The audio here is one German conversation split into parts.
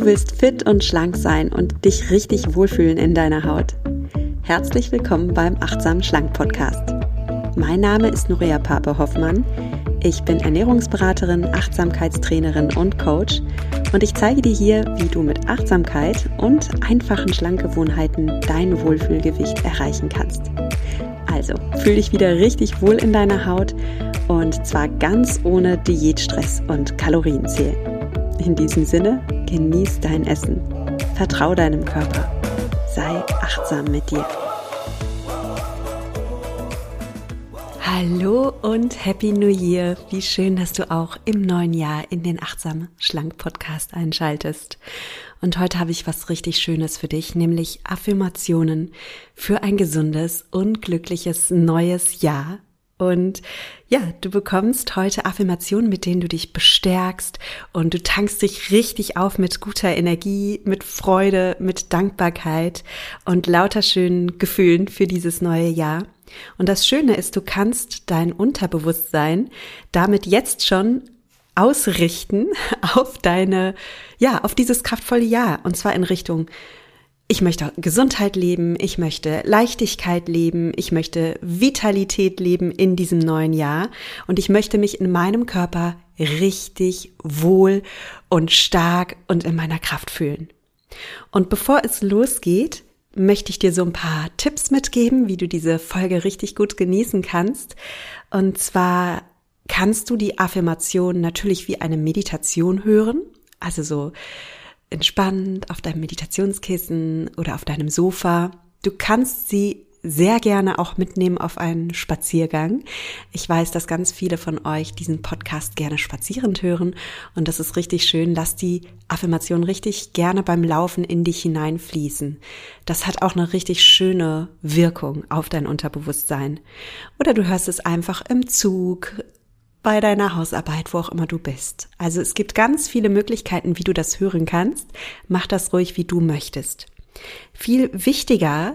Du willst fit und schlank sein und dich richtig wohlfühlen in deiner Haut. Herzlich willkommen beim Achtsam Schlank Podcast. Mein Name ist Nuria Pape-Hoffmann. Ich bin Ernährungsberaterin, Achtsamkeitstrainerin und Coach und ich zeige dir hier, wie du mit Achtsamkeit und einfachen Schlankgewohnheiten dein Wohlfühlgewicht erreichen kannst. Also, fühl dich wieder richtig wohl in deiner Haut und zwar ganz ohne Diätstress und Kalorienzählen. In diesem Sinne, genieß dein Essen, vertrau deinem Körper, sei achtsam mit dir. Hallo und Happy New Year! Wie schön, dass du auch im neuen Jahr in den Achtsam Schlank Podcast einschaltest. Und heute habe ich was richtig Schönes für dich, nämlich Affirmationen für ein gesundes und glückliches neues Jahr. Und ja, du bekommst heute Affirmationen, mit denen du dich bestärkst und du tankst dich richtig auf mit guter Energie, mit Freude, mit Dankbarkeit und lauter schönen Gefühlen für dieses neue Jahr. Und das Schöne ist, du kannst dein Unterbewusstsein damit jetzt schon ausrichten auf auf dieses kraftvolle Jahr. Und zwar in Richtung, ich möchte Gesundheit leben, ich möchte Leichtigkeit leben, ich möchte Vitalität leben in diesem neuen Jahr und ich möchte mich in meinem Körper richtig wohl und stark und in meiner Kraft fühlen. Und bevor es losgeht, möchte ich dir so ein paar Tipps mitgeben, wie du diese Folge richtig gut genießen kannst. Und zwar kannst du die Affirmation natürlich wie eine Meditation hören, also so entspannt auf deinem Meditationskissen oder auf deinem Sofa. Du kannst sie sehr gerne auch mitnehmen auf einen Spaziergang. Ich weiß, dass ganz viele von euch diesen Podcast gerne spazierend hören und das ist richtig schön. Lass die Affirmation richtig gerne beim Laufen in dich hineinfließen. Das hat auch eine richtig schöne Wirkung auf dein Unterbewusstsein. Oder du hörst es einfach im Zug, bei deiner Hausarbeit, wo auch immer du bist. Also es gibt ganz viele Möglichkeiten, wie du das hören kannst. Mach das ruhig, wie du möchtest. Viel wichtiger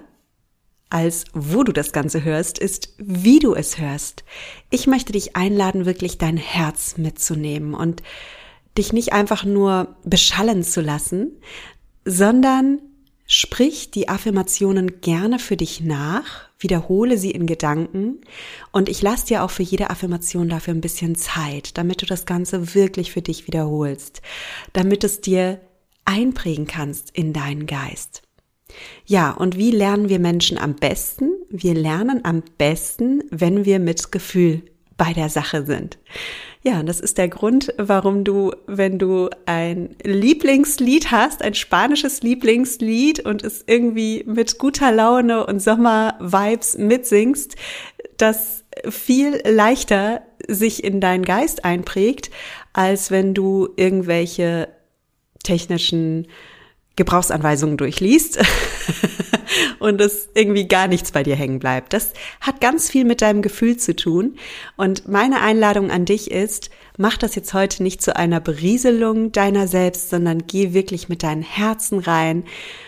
als wo du das Ganze hörst, ist, wie du es hörst. Ich möchte dich einladen, wirklich dein Herz mitzunehmen und dich nicht einfach nur beschallen zu lassen, sondern sprich die Affirmationen gerne für dich nach, wiederhole sie in Gedanken und ich lasse dir auch für jede Affirmation dafür ein bisschen Zeit, damit du das Ganze wirklich für dich wiederholst, damit es dir einprägen kannst in deinen Geist. Ja, und wie lernen wir Menschen am besten? Wir lernen am besten, wenn wir mit Gefühl bei der Sache sind. Ja, und das ist der Grund, warum du, wenn du ein Lieblingslied hast, ein spanisches Lieblingslied und es irgendwie mit guter Laune und Sommer-Vibes mitsingst, das viel leichter sich in deinen Geist einprägt, als wenn du irgendwelche technischen Gebrauchsanweisungen durchliest und es irgendwie gar nichts bei dir hängen bleibt. Das hat ganz viel mit deinem Gefühl zu tun und meine Einladung an dich ist, mach das jetzt heute nicht zu einer Berieselung deiner selbst, sondern geh wirklich mit deinem Herzen rein,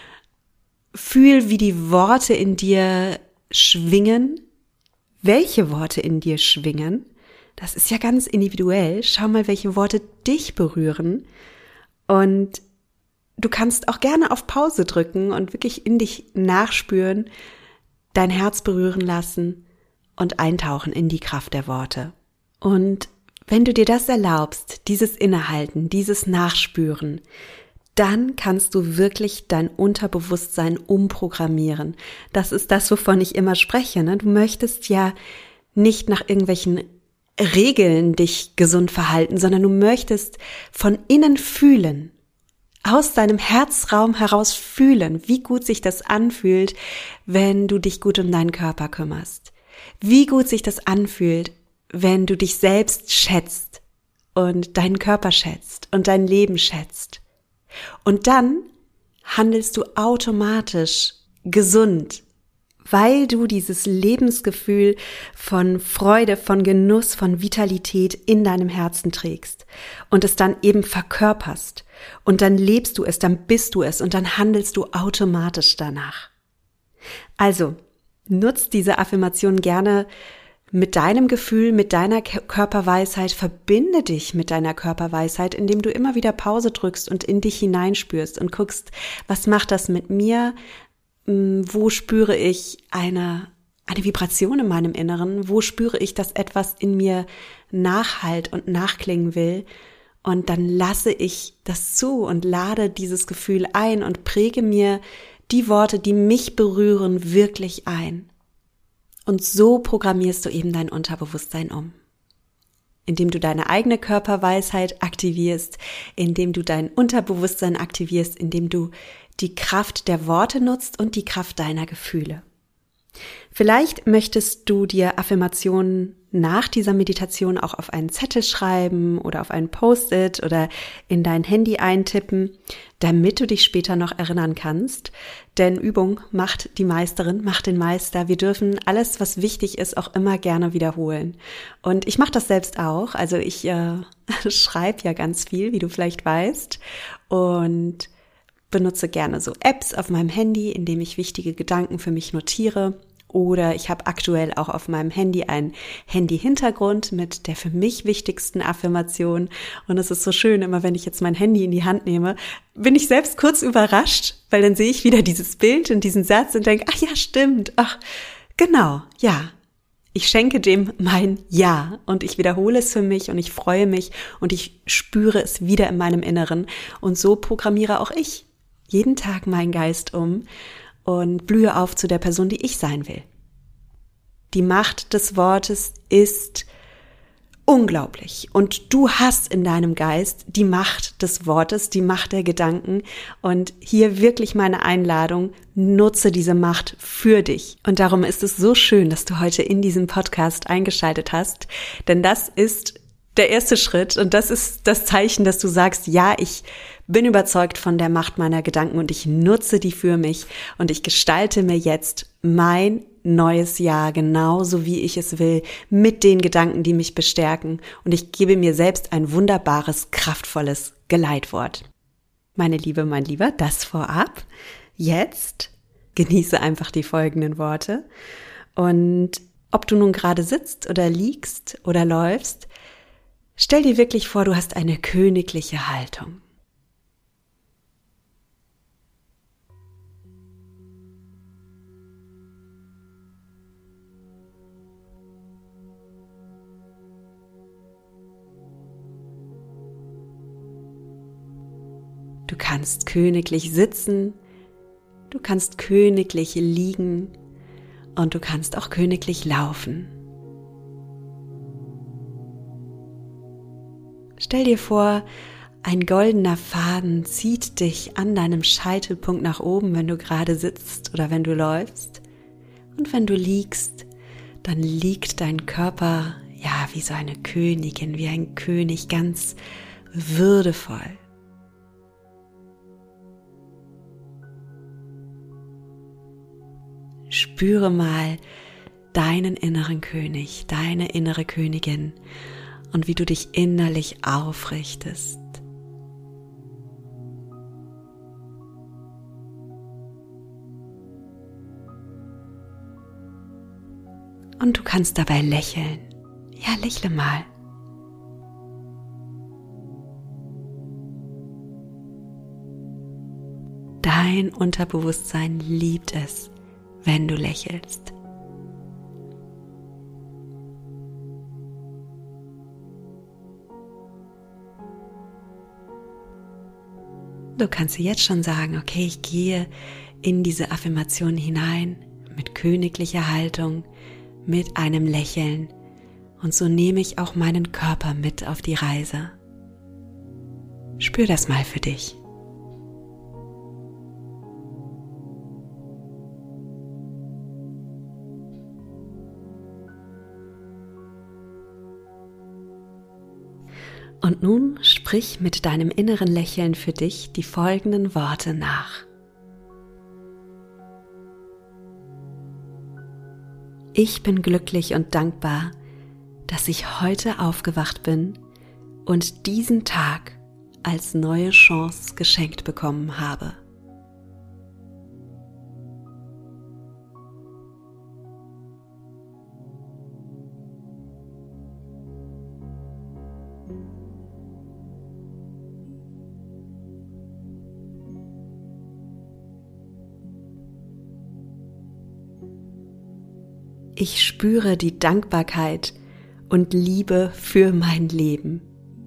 fühl, wie die Worte in dir schwingen, welche Worte in dir schwingen, das ist ja ganz individuell, schau mal, welche Worte dich berühren und du kannst auch gerne auf Pause drücken und wirklich in dich nachspüren, dein Herz berühren lassen und eintauchen in die Kraft der Worte. Und wenn du dir das erlaubst, dieses Innehalten, dieses Nachspüren, dann kannst du wirklich dein Unterbewusstsein umprogrammieren. Das ist das, wovon ich immer spreche, ne? Du möchtest ja nicht nach irgendwelchen Regeln dich gesund verhalten, sondern du möchtest von innen fühlen, aus deinem Herzraum heraus fühlen, wie gut sich das anfühlt, wenn du dich gut um deinen Körper kümmerst. Wie gut sich das anfühlt, wenn du dich selbst schätzt und deinen Körper schätzt und dein Leben schätzt. Und dann handelst du automatisch gesund, weil du dieses Lebensgefühl von Freude, von Genuss, von Vitalität in deinem Herzen trägst und es dann eben verkörperst. Und dann lebst du es, dann bist du es und dann handelst du automatisch danach. Also, nutz diese Affirmation gerne mit deinem Gefühl, mit deiner Körperweisheit, verbinde dich mit deiner Körperweisheit, indem du immer wieder Pause drückst und in dich hineinspürst und guckst, was macht das mit mir? Wo spüre ich eine Vibration in meinem Inneren? Wo spüre ich, dass etwas in mir nachhallt und nachklingen will? Und dann lasse ich das zu und lade dieses Gefühl ein und präge mir die Worte, die mich berühren, wirklich ein. Und so programmierst du eben dein Unterbewusstsein um. Indem du deine eigene Körperweisheit aktivierst, indem du dein Unterbewusstsein aktivierst, indem du die Kraft der Worte nutzt und die Kraft deiner Gefühle. Vielleicht möchtest du dir Affirmationen nach dieser Meditation auch auf einen Zettel schreiben oder auf einen Post-it oder in dein Handy eintippen, damit du dich später noch erinnern kannst. Denn Übung macht die Meisterin, macht den Meister. Wir dürfen alles, was wichtig ist, auch immer gerne wiederholen. Und ich mache das selbst auch. Also ich schreibe ja ganz viel, wie du vielleicht weißt, und benutze gerne so Apps auf meinem Handy, in dem ich wichtige Gedanken für mich notiere. Oder ich habe aktuell auch auf meinem Handy einen Handy-Hintergrund mit der für mich wichtigsten Affirmation. Und es ist so schön, immer wenn ich jetzt mein Handy in die Hand nehme, bin ich selbst kurz überrascht, weil dann sehe ich wieder dieses Bild und diesen Satz und denke, ach ja, stimmt, ach, genau, ja. Ich schenke dem mein Ja und ich wiederhole es für mich und ich freue mich und ich spüre es wieder in meinem Inneren. Und so programmiere auch ich jeden Tag meinen Geist um und blühe auf zu der Person, die ich sein will. Die Macht des Wortes ist unglaublich und du hast in deinem Geist die Macht des Wortes, die Macht der Gedanken und hier wirklich meine Einladung, nutze diese Macht für dich. Und darum ist es so schön, dass du heute in diesem Podcast eingeschaltet hast, denn das ist der erste Schritt und das ist das Zeichen, dass du sagst, ja, ich bin überzeugt von der Macht meiner Gedanken und ich nutze die für mich und ich gestalte mir jetzt mein neues Jahr genauso wie ich es will, mit den Gedanken, die mich bestärken und ich gebe mir selbst ein wunderbares, kraftvolles Geleitwort. Meine Liebe, mein Lieber, das vorab. Jetzt genieße einfach die folgenden Worte und ob du nun gerade sitzt oder liegst oder läufst, stell dir wirklich vor, du hast eine königliche Haltung. Du kannst königlich sitzen, du kannst königlich liegen und du kannst auch königlich laufen. Stell dir vor, ein goldener Faden zieht dich an deinem Scheitelpunkt nach oben, wenn du gerade sitzt oder wenn du läufst. Und wenn du liegst, dann liegt dein Körper, ja, wie so eine Königin, wie ein König, ganz würdevoll. Spüre mal deinen inneren König, deine innere Königin und wie du dich innerlich aufrichtest. Und du kannst dabei lächeln. Ja, lächle mal. Dein Unterbewusstsein liebt es, wenn du lächelst. Du kannst dir jetzt schon sagen, okay, ich gehe in diese Affirmation hinein mit königlicher Haltung, mit einem Lächeln und so nehme ich auch meinen Körper mit auf die Reise. Spür das mal für dich. Und nun sprich mit deinem inneren Lächeln für dich die folgenden Worte nach. Ich bin glücklich und dankbar, dass ich heute aufgewacht bin und diesen Tag als neue Chance geschenkt bekommen habe. Ich spüre die Dankbarkeit und Liebe für mein Leben.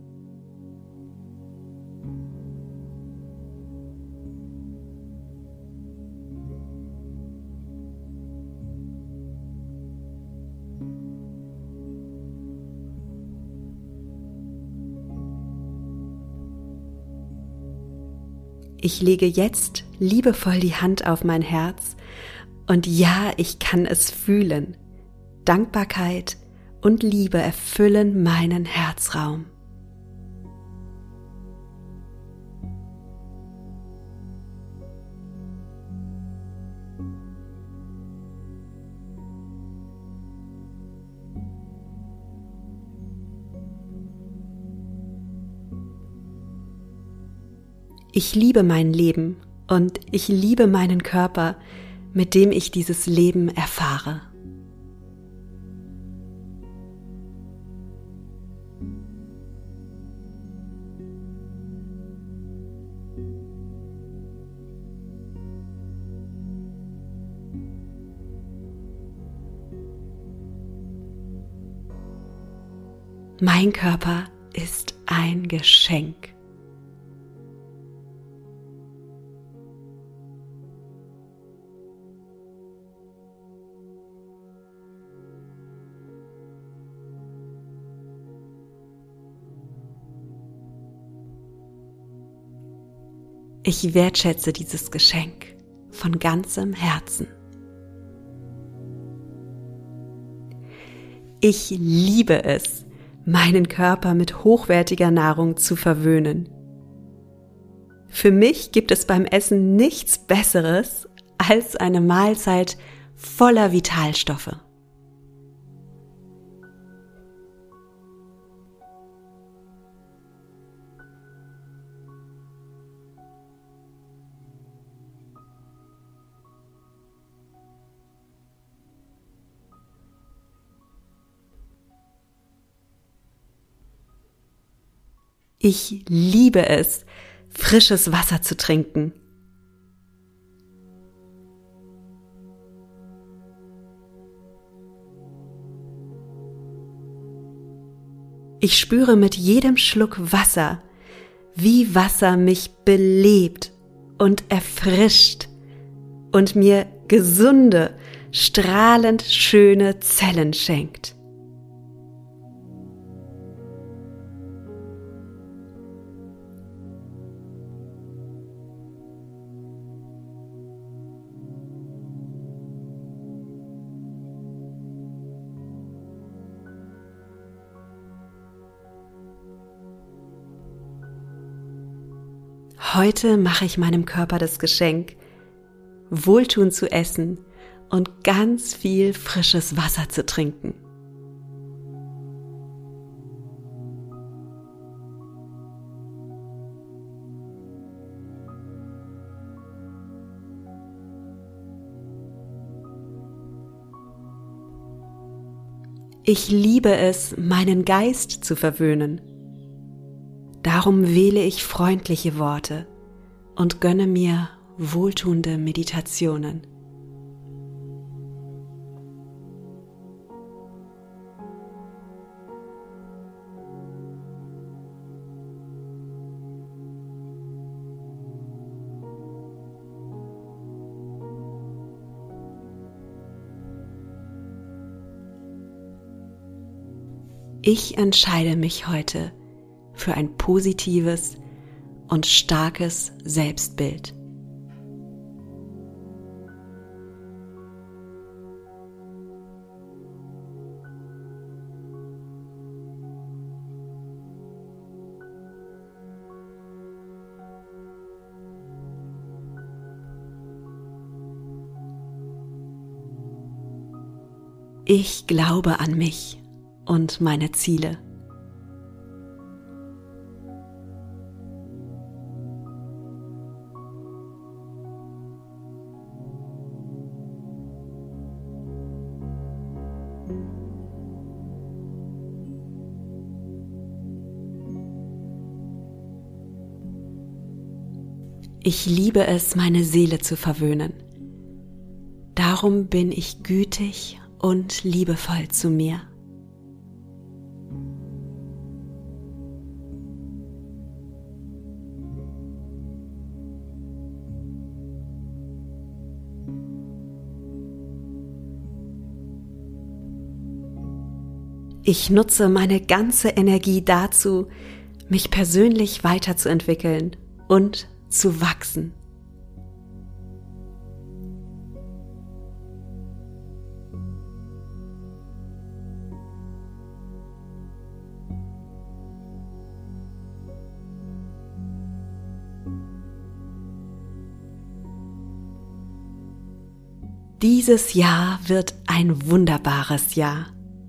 Ich lege jetzt liebevoll die Hand auf mein Herz und ja, ich kann es fühlen. Dankbarkeit und Liebe erfüllen meinen Herzraum. Ich liebe mein Leben und ich liebe meinen Körper, mit dem ich dieses Leben erfahre. Mein Körper ist ein Geschenk. Ich wertschätze dieses Geschenk von ganzem Herzen. Ich liebe es, meinen Körper mit hochwertiger Nahrung zu verwöhnen. Für mich gibt es beim Essen nichts Besseres als eine Mahlzeit voller Vitalstoffe. Ich liebe es, frisches Wasser zu trinken. Ich spüre mit jedem Schluck Wasser, wie Wasser mich belebt und erfrischt und mir gesunde, strahlend schöne Zellen schenkt. Heute mache ich meinem Körper das Geschenk, wohltuend zu essen und ganz viel frisches Wasser zu trinken. Ich liebe es, meinen Geist zu verwöhnen. Darum wähle ich freundliche Worte und gönne mir wohltuende Meditationen. Ich entscheide mich heute für ein positives und starkes Selbstbild. Ich glaube an mich und meine Ziele. Ich liebe es, meine Seele zu verwöhnen. Darum bin ich gütig und liebevoll zu mir. Ich nutze meine ganze Energie dazu, mich persönlich weiterzuentwickeln und zu wachsen. Dieses Jahr wird ein wunderbares Jahr.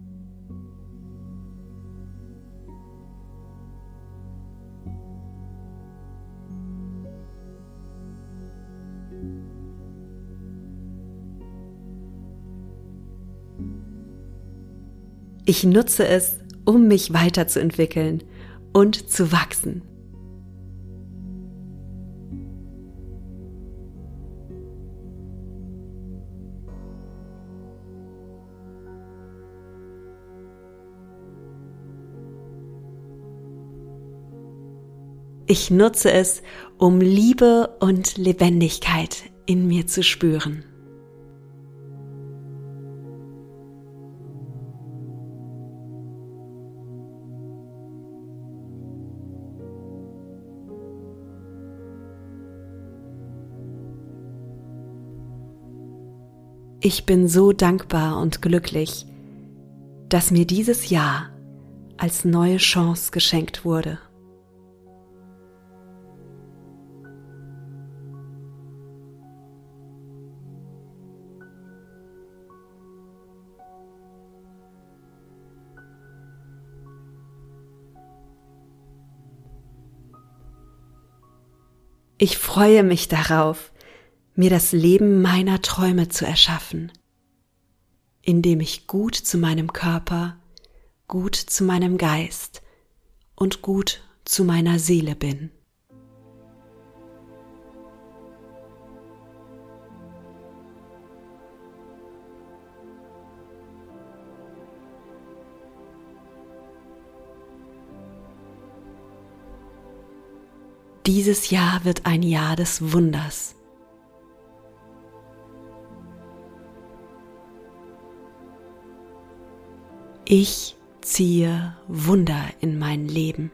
Ich nutze es, um mich weiterzuentwickeln und zu wachsen. Ich nutze es, um Liebe und Lebendigkeit in mir zu spüren. Ich bin so dankbar und glücklich, dass mir dieses Jahr als neue Chance geschenkt wurde. Ich freue mich darauf, mir das Leben meiner Träume zu erschaffen, indem ich gut zu meinem Körper, gut zu meinem Geist und gut zu meiner Seele bin. Dieses Jahr wird ein Jahr des Wunders. Ich ziehe Wunder in mein Leben.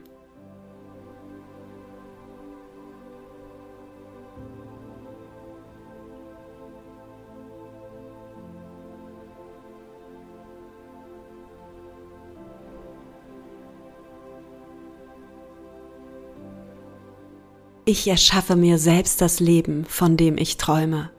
Ich erschaffe mir selbst das Leben, von dem ich träume.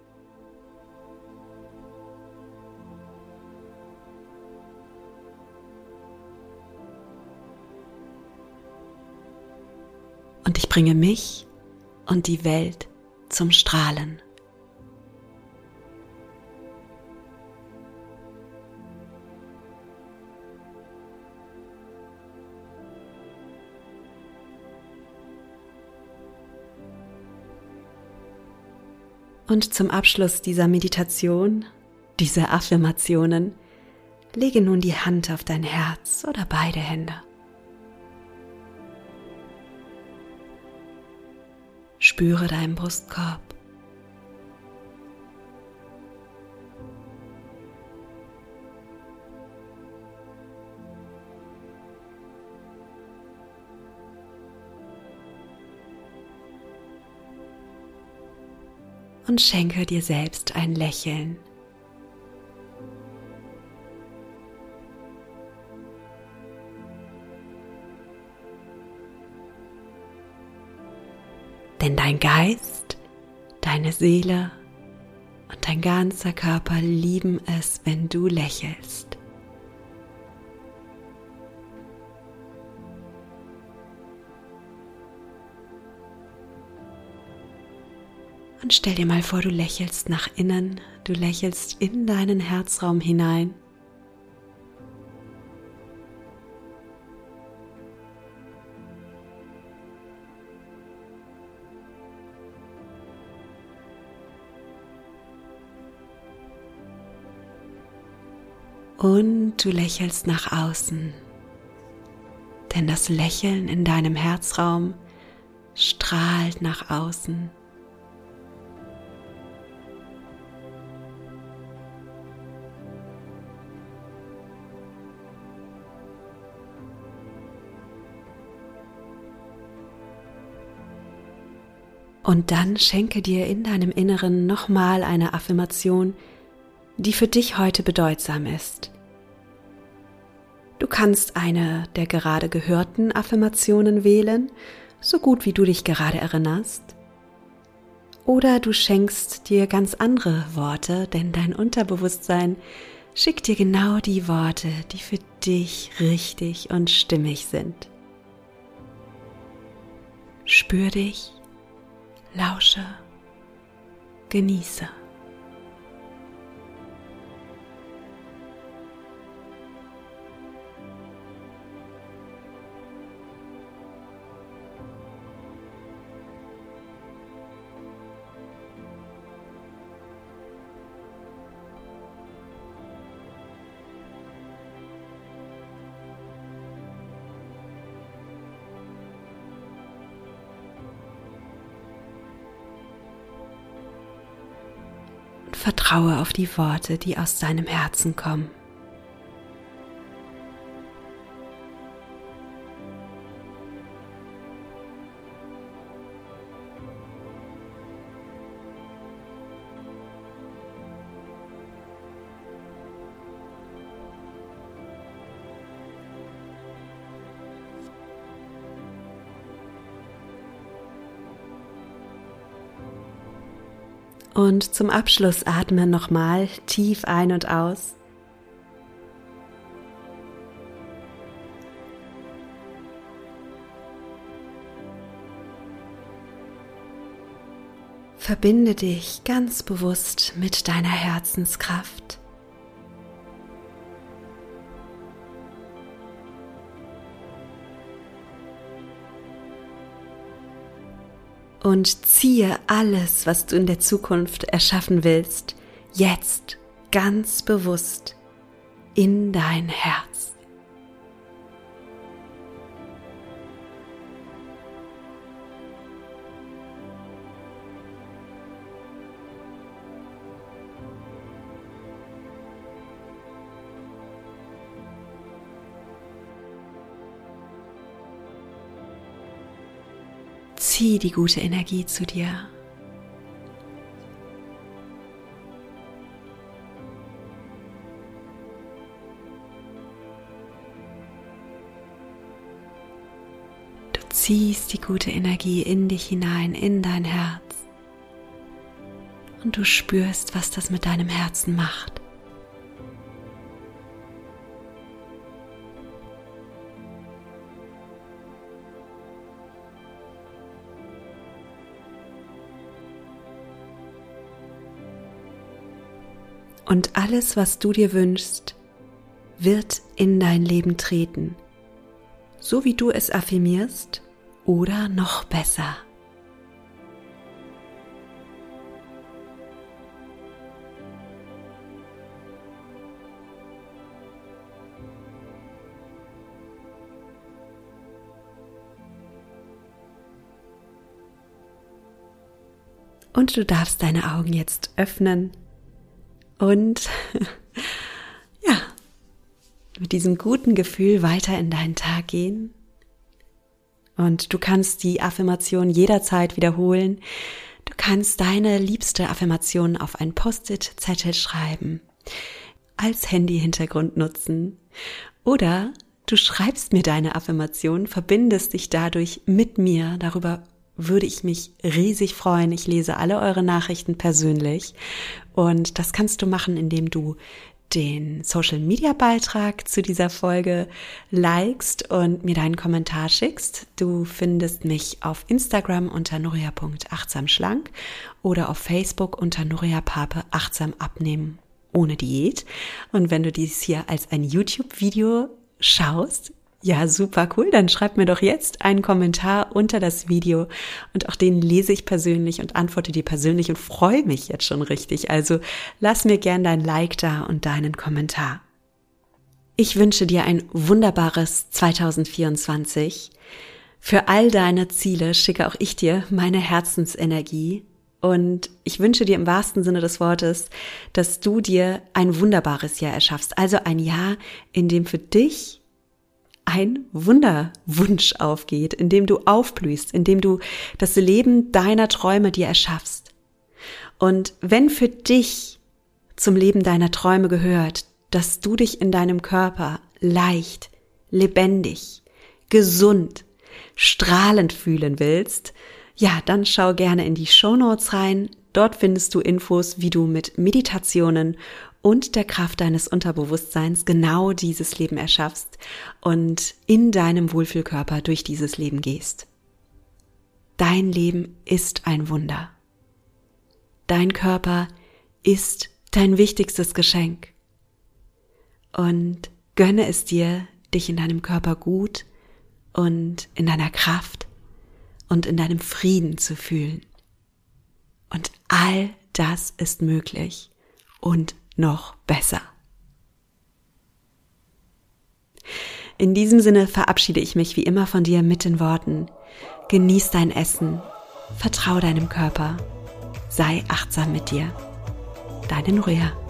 Und ich bringe mich und die Welt zum Strahlen. Und zum Abschluss dieser Meditation, dieser Affirmationen, lege nun die Hand auf dein Herz oder beide Hände. Spüre deinen Brustkorb. Und schenke dir selbst ein Lächeln. Denn dein Geist, deine Seele und dein ganzer Körper lieben es, wenn du lächelst. Und stell dir mal vor, du lächelst nach innen, du lächelst in deinen Herzraum hinein. Und du lächelst nach außen, denn das Lächeln in deinem Herzraum strahlt nach außen. Und dann schenke dir in deinem Inneren nochmal eine Affirmation, die für dich heute bedeutsam ist. Du kannst eine der gerade gehörten Affirmationen wählen, so gut wie du dich gerade erinnerst. Oder du schenkst dir ganz andere Worte, denn dein Unterbewusstsein schickt dir genau die Worte, die für dich richtig und stimmig sind. Spür dich, lausche, genieße. Vertraue auf die Worte, die aus deinem Herzen kommen. Und zum Abschluss atme nochmal tief ein und aus. Verbinde dich ganz bewusst mit deiner Herzenskraft. Und ziehe alles, was du in der Zukunft erschaffen willst, jetzt ganz bewusst in dein Herz. Zieh die gute Energie zu dir. Du ziehst die gute Energie in dich hinein, in dein Herz. Und du spürst, was das mit deinem Herzen macht. Und alles, was du dir wünschst, wird in dein Leben treten, so wie du es affirmierst oder noch besser. Und du darfst deine Augen jetzt öffnen. Und ja, mit diesem guten Gefühl weiter in deinen Tag gehen. Und du kannst die Affirmation jederzeit wiederholen. Du kannst deine liebste Affirmation auf einen Post-it-Zettel schreiben, als Handy-Hintergrund nutzen. Oder du schreibst mir deine Affirmation, verbindest dich dadurch mit mir. Darüber würde ich mich riesig freuen. Ich lese alle eure Nachrichten persönlich. Und das kannst du machen, indem du den Social-Media-Beitrag zu dieser Folge likest und mir deinen Kommentar schickst. Du findest mich auf Instagram unter nuria.achtsamschlank oder auf Facebook unter Nuria Pape achtsam abnehmen ohne Diät. Und wenn du dies hier als ein YouTube-Video schaust, ja, super cool, dann schreib mir doch jetzt einen Kommentar unter das Video und auch den lese ich persönlich und antworte dir persönlich und freue mich jetzt schon richtig. Also lass mir gern dein Like da und deinen Kommentar. Ich wünsche dir ein wunderbares 2024. Für all deine Ziele schicke auch ich dir meine Herzensenergie. Und ich wünsche dir im wahrsten Sinne des Wortes, dass du dir ein wunderbares Jahr erschaffst. Also ein Jahr, in dem für dich ein Wunderwunsch aufgeht, in dem du aufblühst, in dem du das Leben deiner Träume dir erschaffst. Und wenn für dich zum Leben deiner Träume gehört, dass du dich in deinem Körper leicht, lebendig, gesund, strahlend fühlen willst, ja, dann schau gerne in die Shownotes rein. Dort findest du Infos, wie du mit Meditationen und der Kraft deines Unterbewusstseins genau dieses Leben erschaffst und in deinem Wohlfühlkörper durch dieses Leben gehst. Dein Leben ist ein Wunder. Dein Körper ist dein wichtigstes Geschenk. Und gönne es dir, dich in deinem Körper gut und in deiner Kraft und in deinem Frieden zu fühlen. Und all das ist möglich und noch besser. In diesem Sinne verabschiede ich mich wie immer von dir mit den Worten: Genieß dein Essen, vertrau deinem Körper, sei achtsam mit dir. Deine Nuria.